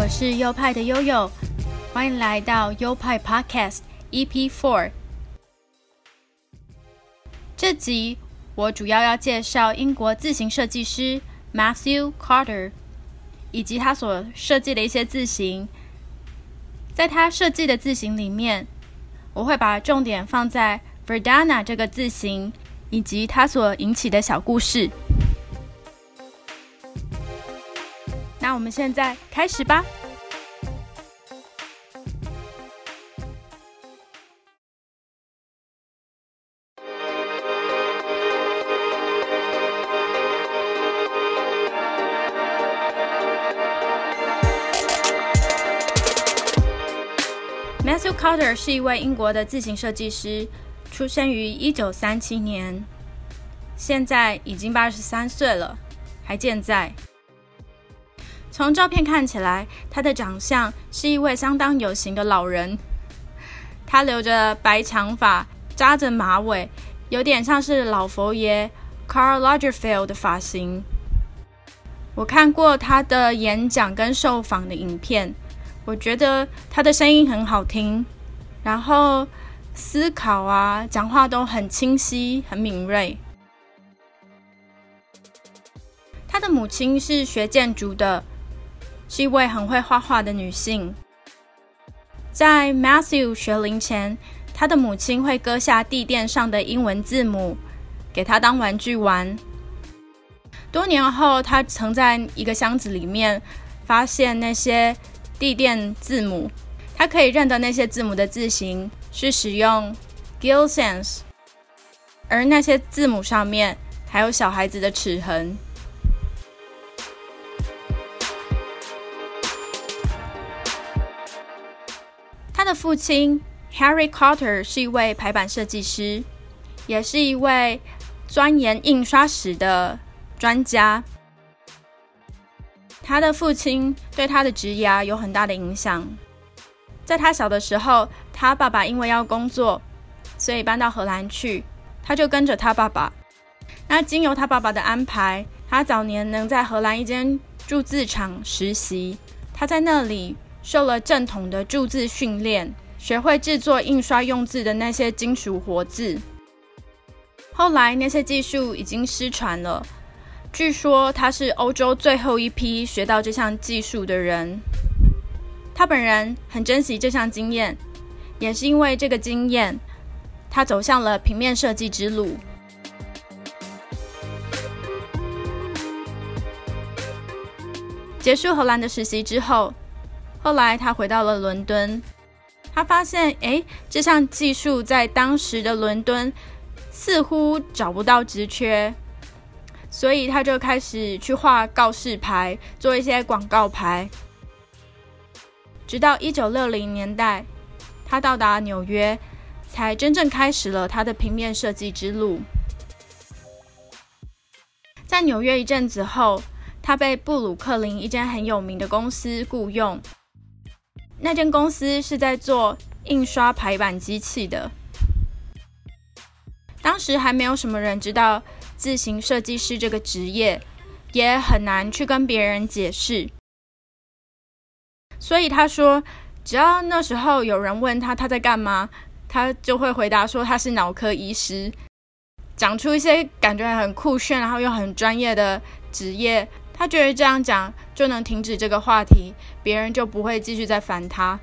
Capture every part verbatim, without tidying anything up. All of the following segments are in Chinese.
我是优派的悠悠，欢迎来到优派 Podcast E P 四。这集我主要要介绍英国字型设计师 Matthew Carter， 以及他所设计的一些字型。在他设计的字型里面，我会把重点放在 Verdana 这个字型，以及它所引起的小故事。那我们现在开始吧。Matthew Carter 是一位英国的字型设计师，出生于一九三七年，现在已经八十三岁了，还健在。从照片看起来，他的长相是一位相当有型的老人。他留着白长发，扎着马尾，有点像是老佛爷 Karl Lagerfeld 的发型。我看过他的演讲跟受访的影片，我觉得他的声音很好听，然后思考啊，讲话都很清晰，很敏锐。他的母亲是学建筑的，是一位很会画画的女性。在 Matthew 学龄前，他的母亲会割下地垫上的英文字母，给他当玩具玩。多年后，他曾在一个箱子里面发现那些地垫字母，他可以认得那些字母的字型是使用 Gill Sans， 而那些字母上面还有小孩子的齿痕。他的父亲 Harry Carter 是一位排版设计师，也是一位钻研印刷史的专家。他的父亲对他的职业有很大的影响。在他小的时候，他爸爸因为要工作，所以搬到荷兰去，他就跟着他爸爸。那经由他爸爸的安排，他早年能在荷兰一间铸字厂实习。他在那里受了正统的铸字训练，学会制作印刷用字的那些金属活字。后来那些技术已经失传了，据说他是欧洲最后一批学到这项技术的人。他本人很珍惜这项经验，也是因为这个经验，他走向了平面设计之路。结束荷兰的实习之后，后来他回到了伦敦。他发现诶，这项技术在当时的伦敦似乎找不到职缺，所以他就开始去画告示牌，做一些广告牌。直到一九六零年代，他到达纽约，才真正开始了他的平面设计之路。在纽约一阵子后，他被布鲁克林一间很有名的公司雇用。那间公司是在做印刷排版机器的。当时还没有什么人知道字型设计师这个职业，也很难去跟别人解释。所以他说，只要那时候有人问他他在干嘛，他就会回答说他是脑科医师，讲出一些感觉很酷炫然后又很专业的职业。他觉得这样讲就能停止这个话题，别人就不会继续再烦他。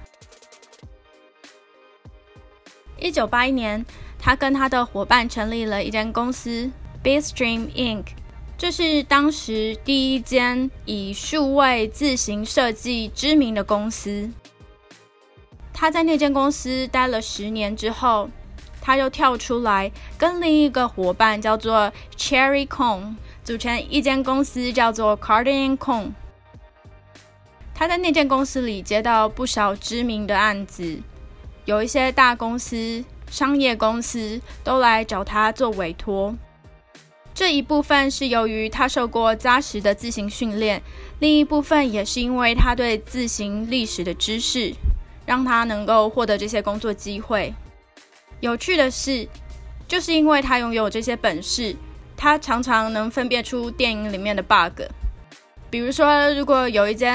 一九八一年，他跟他的伙伴成立了一间公司 Bitstream Incorporated， 这是当时第一间以数位字型设计知名的公司。他在那间公司待了十年之后，他又跳出来跟另一个伙伴叫做 Cherry Cone组成一间公司叫做 Carter and Cone。 他在那间公司里接到不少知名的案子，有一些大公司、商业公司都来找他做委托。这一部分是由于他受过扎实的字型训练，另一部分也是因为他对字型历史的知识，让他能够获得这些工作机会。有趣的是，就是因为他拥有这些本事，他常常能分辨出电影里面的 bug。比如说，如果有一间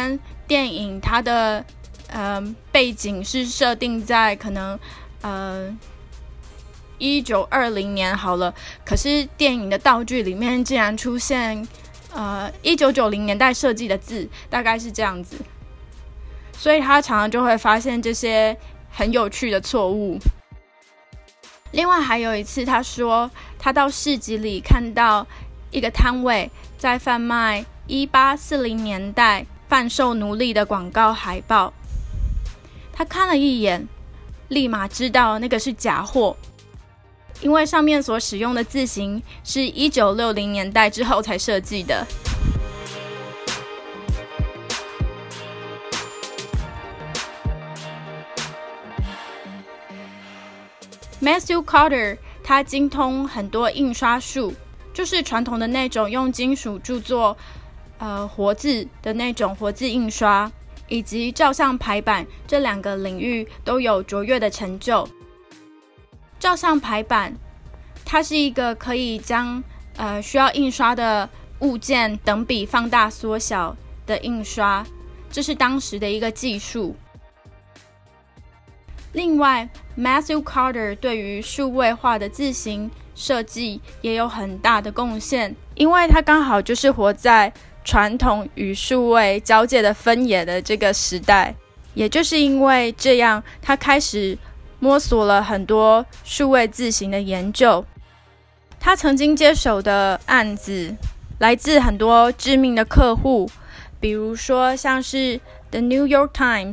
电影它的呃背景是设定在可能呃一九二零年好了，可是电影的道具里面竟然出现呃一九九零年代设计的字，大概是这样子，所以他常常就会发现这些很有趣的错误。另外还有一次，他说他到市集里看到一个摊位在贩卖一八四零年代贩售奴隶的广告海报，他看了一眼，立马知道那个是假货，因为上面所使用的字型是一九六零年代之后才设计的。Matthew Carter 他精通很多印刷术，就是传统的那种用金属铸作呃活字的那种活字印刷，以及照相排版这两个领域都有卓越的成就。照相排版它是一个可以将呃需要印刷的物件等比放大缩小的印刷，这是当时的一个技术。另外 Matthew Carter 对于数位化的字型设计也有很大的贡献，因为他刚好就是活在传统与数位交界的分野的这个时代，也就是因为这样，他开始摸索了很多数位字型的研究。他曾经接手的案子来自很多知名的客户，比如说像是 The New York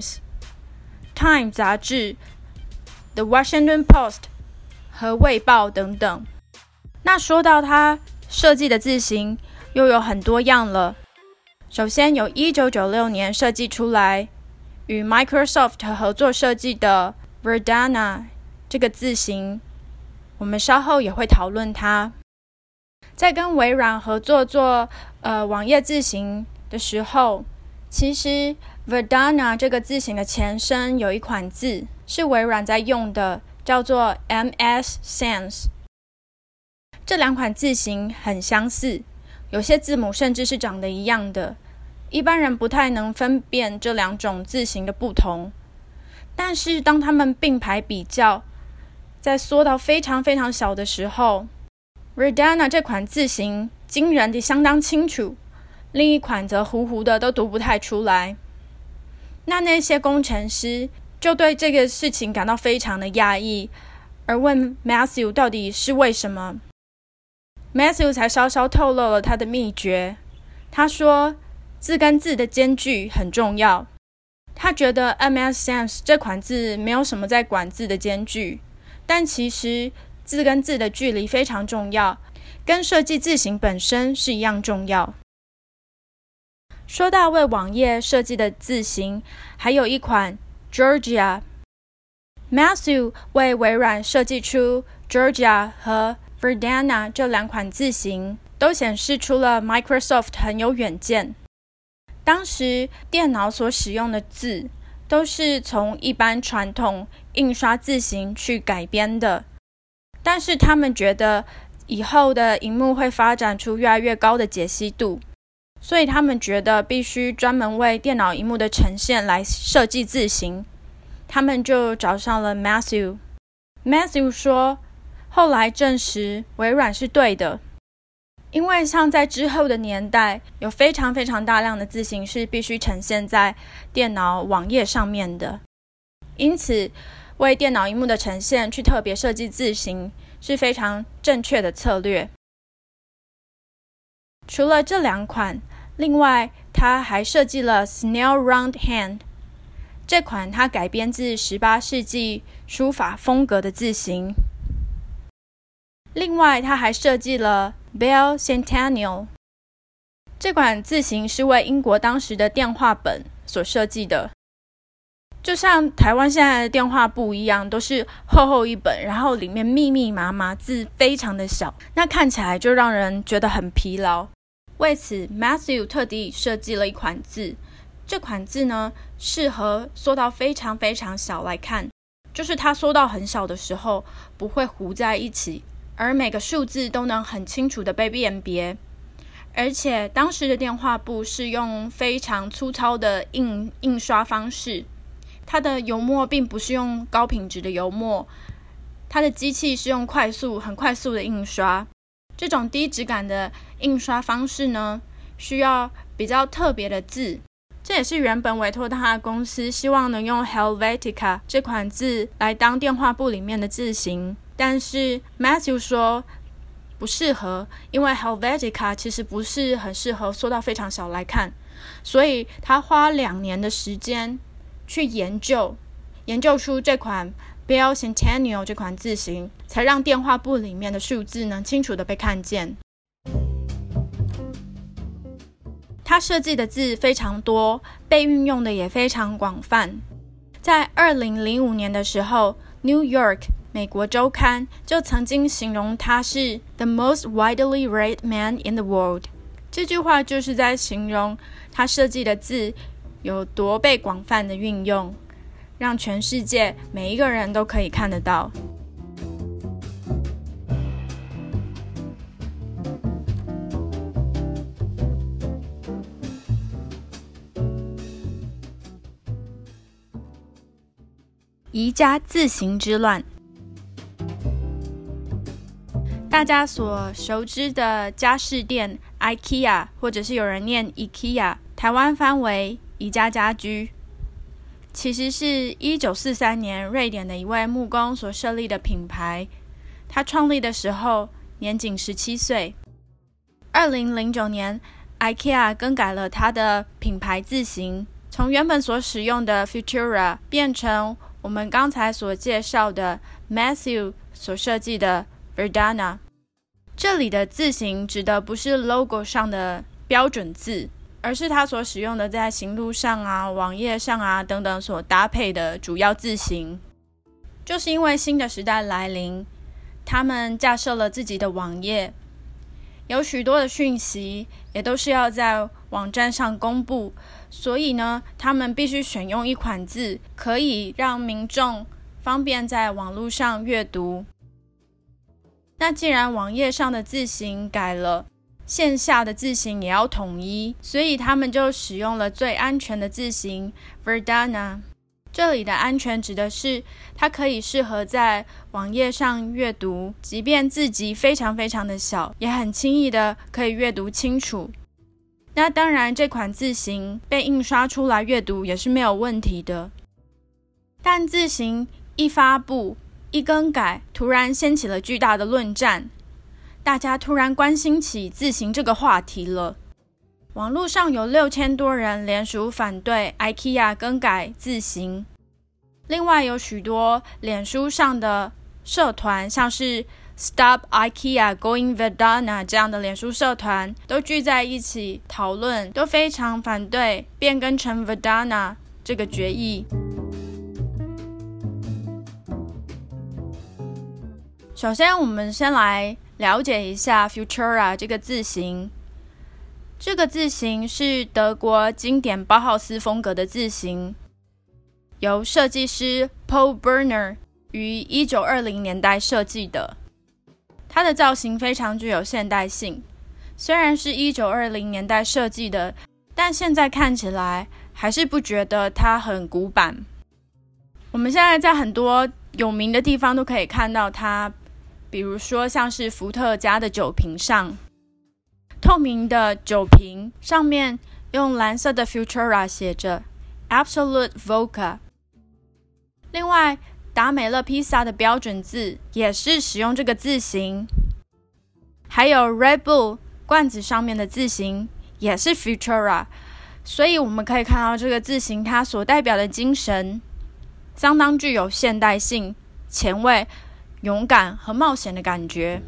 Times、Time 杂志、The Washington Post 和卫报等等。那说到他设计的字型又有很多样了，首先有一九九六年设计出来与 Microsoft 合作设计的 Verdana 这个字型，我们稍后也会讨论它。在跟微软合作做呃网页字型的时候，其实 Verdana 这个字型的前身有一款字是微软在用的，叫做 M S Sans。 这两款字型很相似，有些字母甚至是长得一样的，一般人不太能分辨这两种字型的不同。但是当他们并排比较，在缩到非常非常小的时候， Verdana 这款字型惊人的相当清楚，另一款则糊糊的都读不太出来。那那些工程师就对这个事情感到非常的讶异，而问 Matthew 到底是为什么。 Matthew 才稍稍透露了他的秘诀。他说字跟字的间距很重要，他觉得 M S Sans 这款字没有什么在管字的间距，但其实字跟字的距离非常重要，跟设计字型本身是一样重要。说到为网页设计的字型，还有一款 Georgia。 Matthew 为微软设计出 Georgia 和 Verdana 这两款字型，都显示出了 Microsoft 很有远见。当时电脑所使用的字都是从一般传统印刷字型去改编的，但是他们觉得以后的萤幕会发展出越来越高的解析度，所以他们觉得必须专门为电脑萤幕的呈现来设计字型。他们就找上了 Matthew。 Matthew 说后来证实微软是对的，因为像在之后的年代，有非常非常大量的字型是必须呈现在电脑网页上面的，因此为电脑萤幕的呈现去特别设计字型是非常正确的策略。除了这两款，另外他还设计了 Snail Round Hand， 这款他改编自十八世纪书法风格的字型。另外他还设计了 Bell Centennial， 这款字型是为英国当时的电话本所设计的，就像台湾现在的电话簿一样，都是厚厚一本，然后里面密密麻麻，字非常的小，那看起来就让人觉得很疲劳。为此 Matthew 特地设计了一款字，这款字呢适合缩到非常非常小来看，就是它缩到很小的时候不会糊在一起，而每个数字都能很清楚的被辨别。 而且当时的电话簿是用非常粗糙的印印刷方式，它的油墨并不是用高品质的油墨，它的机器是用快速很快速的印刷。这种低质感的印刷方式呢，需要比较特别的字，这也是原本委托他的公司希望能用 Helvetica 这款字来当电话簿里面的字型，但是 Matthew 说不适合，因为 Helvetica 其实不是很适合缩到非常小来看，所以他花两年的时间去研究研究出这款 Bell Centennial 这款字型，才让电话簿里面的数字能清楚的被看见。他设计的字非常多，被运用的也非常广泛。在二零零五年的时候， New York 美国周刊就曾经形容他是 the most widely read man in the world， 这句话就是在形容他设计的字有多被广泛的运用，让全世界每一个人都可以看得到。宜家字形之乱，大家所熟知的家饰店 IKEA， 或者是有人念 IKEA， 台湾翻为宜家家居，其实是一九四三年瑞典的一位木工所设立的品牌。他创立的时候年仅十七岁。二零零九年 IKEA 更改了他的品牌字型，从原本所使用的 Futura 变成我们刚才所介绍的 Matthew 所设计的 Verdana。 这里的字形指的不是 logo 上的标准字，而是他所使用的在行路上啊、网页上啊等等所搭配的主要字形。就是因为新的时代来临，他们架设了自己的网页，有许多的讯息也都是要在网站上公布，所以呢，他们必须选用一款字，可以让民众方便在网络上阅读。那既然网页上的字型改了，线下的字型也要统一，所以他们就使用了最安全的字型 Verdana。 这里的安全指的是它可以适合在网页上阅读，即便字级非常非常的小，也很轻易的可以阅读清楚。那当然这款字型被印刷出来阅读也是没有问题的，但字型一发布一更改，突然掀起了巨大的论战，大家突然关心起字型这个话题了。网络上有六千多人联署反对 IKEA 更改字型，另外有许多脸书上的社团，像是Stop IKEA Going Verdana 这样的脸书社团都聚在一起讨论，都非常反对变更成 Verdana 这个决议。首先我们先来了解一下 Futura 这个字型。这个字型是德国经典包豪斯风格的字型，由设计师 Paul Berner 于一九二零年代设计的。它的造型非常具有现代性，虽然是一九二零年代设计的，但现在看起来还是不觉得它很古板。我们现在在很多有名的地方都可以看到它，比如说像是伏特加的酒瓶上，透明的酒瓶上面用蓝色的 Futura 写着 Absolute Vodka。 另外达美乐披萨的标准字也是使用这个字型，还有 Red Bull 罐子上面的字型也是 Futura， 所以我们可以看到这个字型它所代表的精神相当具有现代性、前卫、勇敢和冒险的感觉。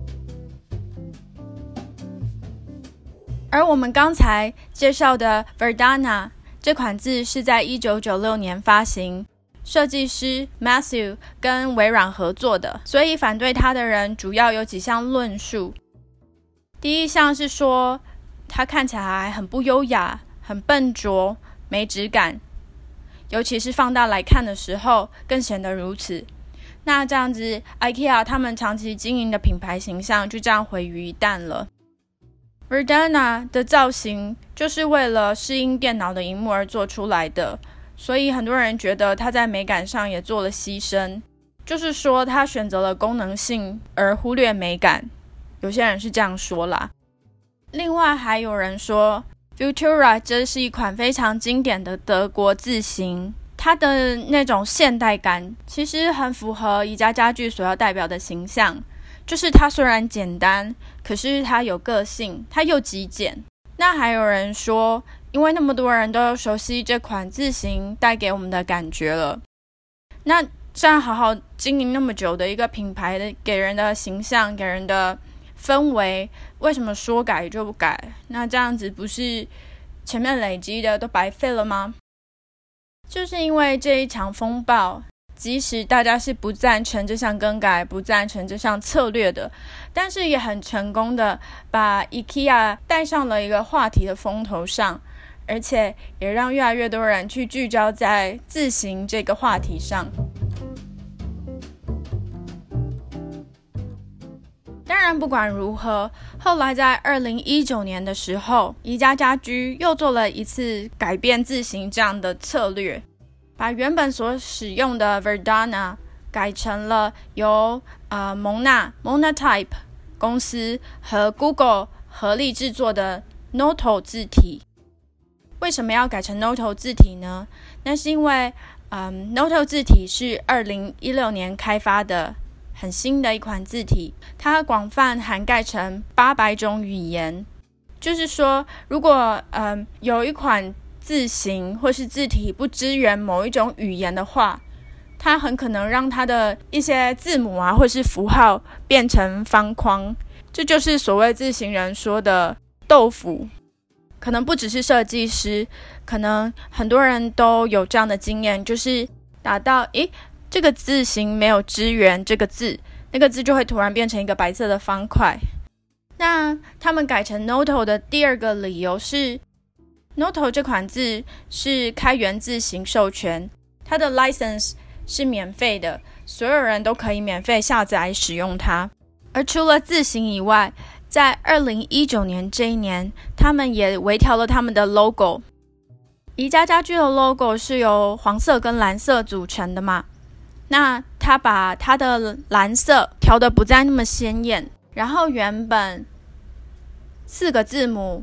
而我们刚才介绍的 Verdana 这款字是在一九九六年发行，设计师 Matthew 跟微软合作的，所以反对他的人主要有几项论述。第一项是说它看起来很不优雅、很笨拙、没质感，尤其是放大来看的时候更显得如此。那这样子 IKEA 他们长期经营的品牌形象就这样毁于一旦了。 Verdana 的造型就是为了适应电脑的萤幕而做出来的，所以很多人觉得它在美感上也做了牺牲，就是说它选择了功能性而忽略美感，有些人是这样说啦。另外还有人说 Futura 这是一款非常经典的德国字型，它的那种现代感其实很符合宜家家具所要代表的形象，就是它虽然简单，可是它有个性，它又极简。那还有人说，因为那么多人都熟悉这款字型带给我们的感觉了，那这样好好经营那么久的一个品牌的给人的形象，给人的氛围，为什么说改就不改？那这样子不是前面累积的都白费了吗？就是因为这一场风暴，即使大家是不赞成这项更改，不赞成这项策略的，但是也很成功的把 IKEA 带上了一个话题的风头上，而且也让越来越多人去聚焦在字型这个话题上。当然不管如何，后来在二零一九年的时候，宜家家居又做了一次改变字型这样的策略，把原本所使用的 Verdana 改成了由呃蒙纳 Monotype 公司和 Google 合力制作的 Noto 字体。为什么要改成 Noto 字体呢？那是因为、嗯、Noto 字体是二零一六年开发的很新的一款字体，它广泛涵盖成八百种语言。就是说，如果、嗯、有一款字型或是字体不支援某一种语言的话，它很可能让它的一些字母啊或是符号变成方框，这就是所谓字型人说的豆腐。可能不只是设计师，可能很多人都有这样的经验，就是打到诶这个字型没有支援这个字，那个字就会突然变成一个白色的方块。那他们改成 Noto 的第二个理由是 Noto 这款字是开源字型授权，它的 license 是免费的，所有人都可以免费下载使用它。而除了字型以外，在二零一九年这一年，他们也微调了他们的 logo。 宜家家居的 logo 是由黄色跟蓝色组成的嘛，那他把它的蓝色调得不再那么鲜艳，然后原本四个字母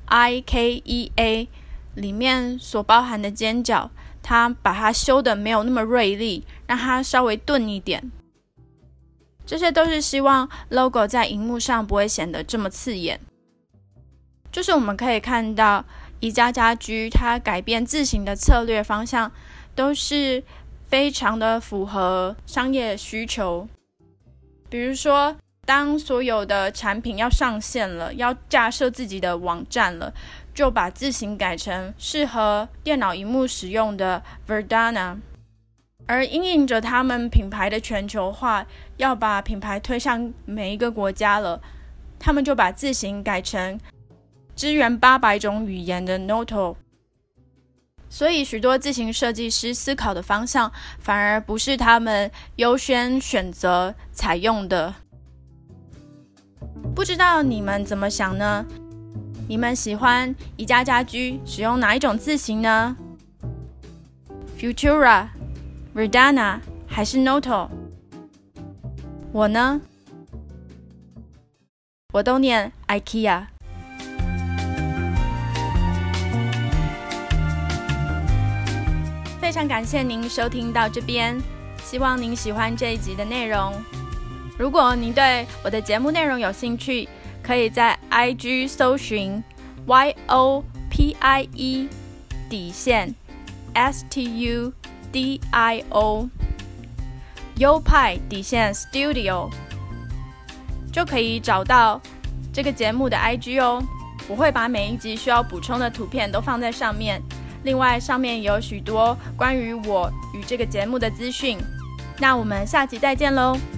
I K E A 里面所包含的尖角，他把它修得没有那么锐利，让它稍微钝一点。这些都是希望 logo 在荧幕上不会显得这么刺眼。就是我们可以看到宜家家居它改变字型的策略方向都是非常的符合商业需求。比如说当所有的产品要上线了，要架设自己的网站了，就把字型改成适合电脑荧幕使用的 Verdana。而因应着他们品牌的全球化，要把品牌推向每一个国家了，他们就把字型改成支援八百种语言的 Noto。 所以许多字型设计师思考的方向反而不是他们优先选择采用的。不知道你们怎么想呢？你们喜欢宜家家居使用哪一种字型呢？ Futura Verdana 还是 Noto？ 我呢？我都念 IKEA。 非常感谢您收听到这边，希望您喜欢这一集的内容。如果您对我的节目内容有兴趣，可以在 I G 搜寻 Y O P I E 底线 S T U D I O 优派底线 Studio 就可以找到这个节目的 I G 哦。我会把每一集需要补充的图片都放在上面，另外上面有许多关于我与这个节目的资讯。那我们下集再见喽。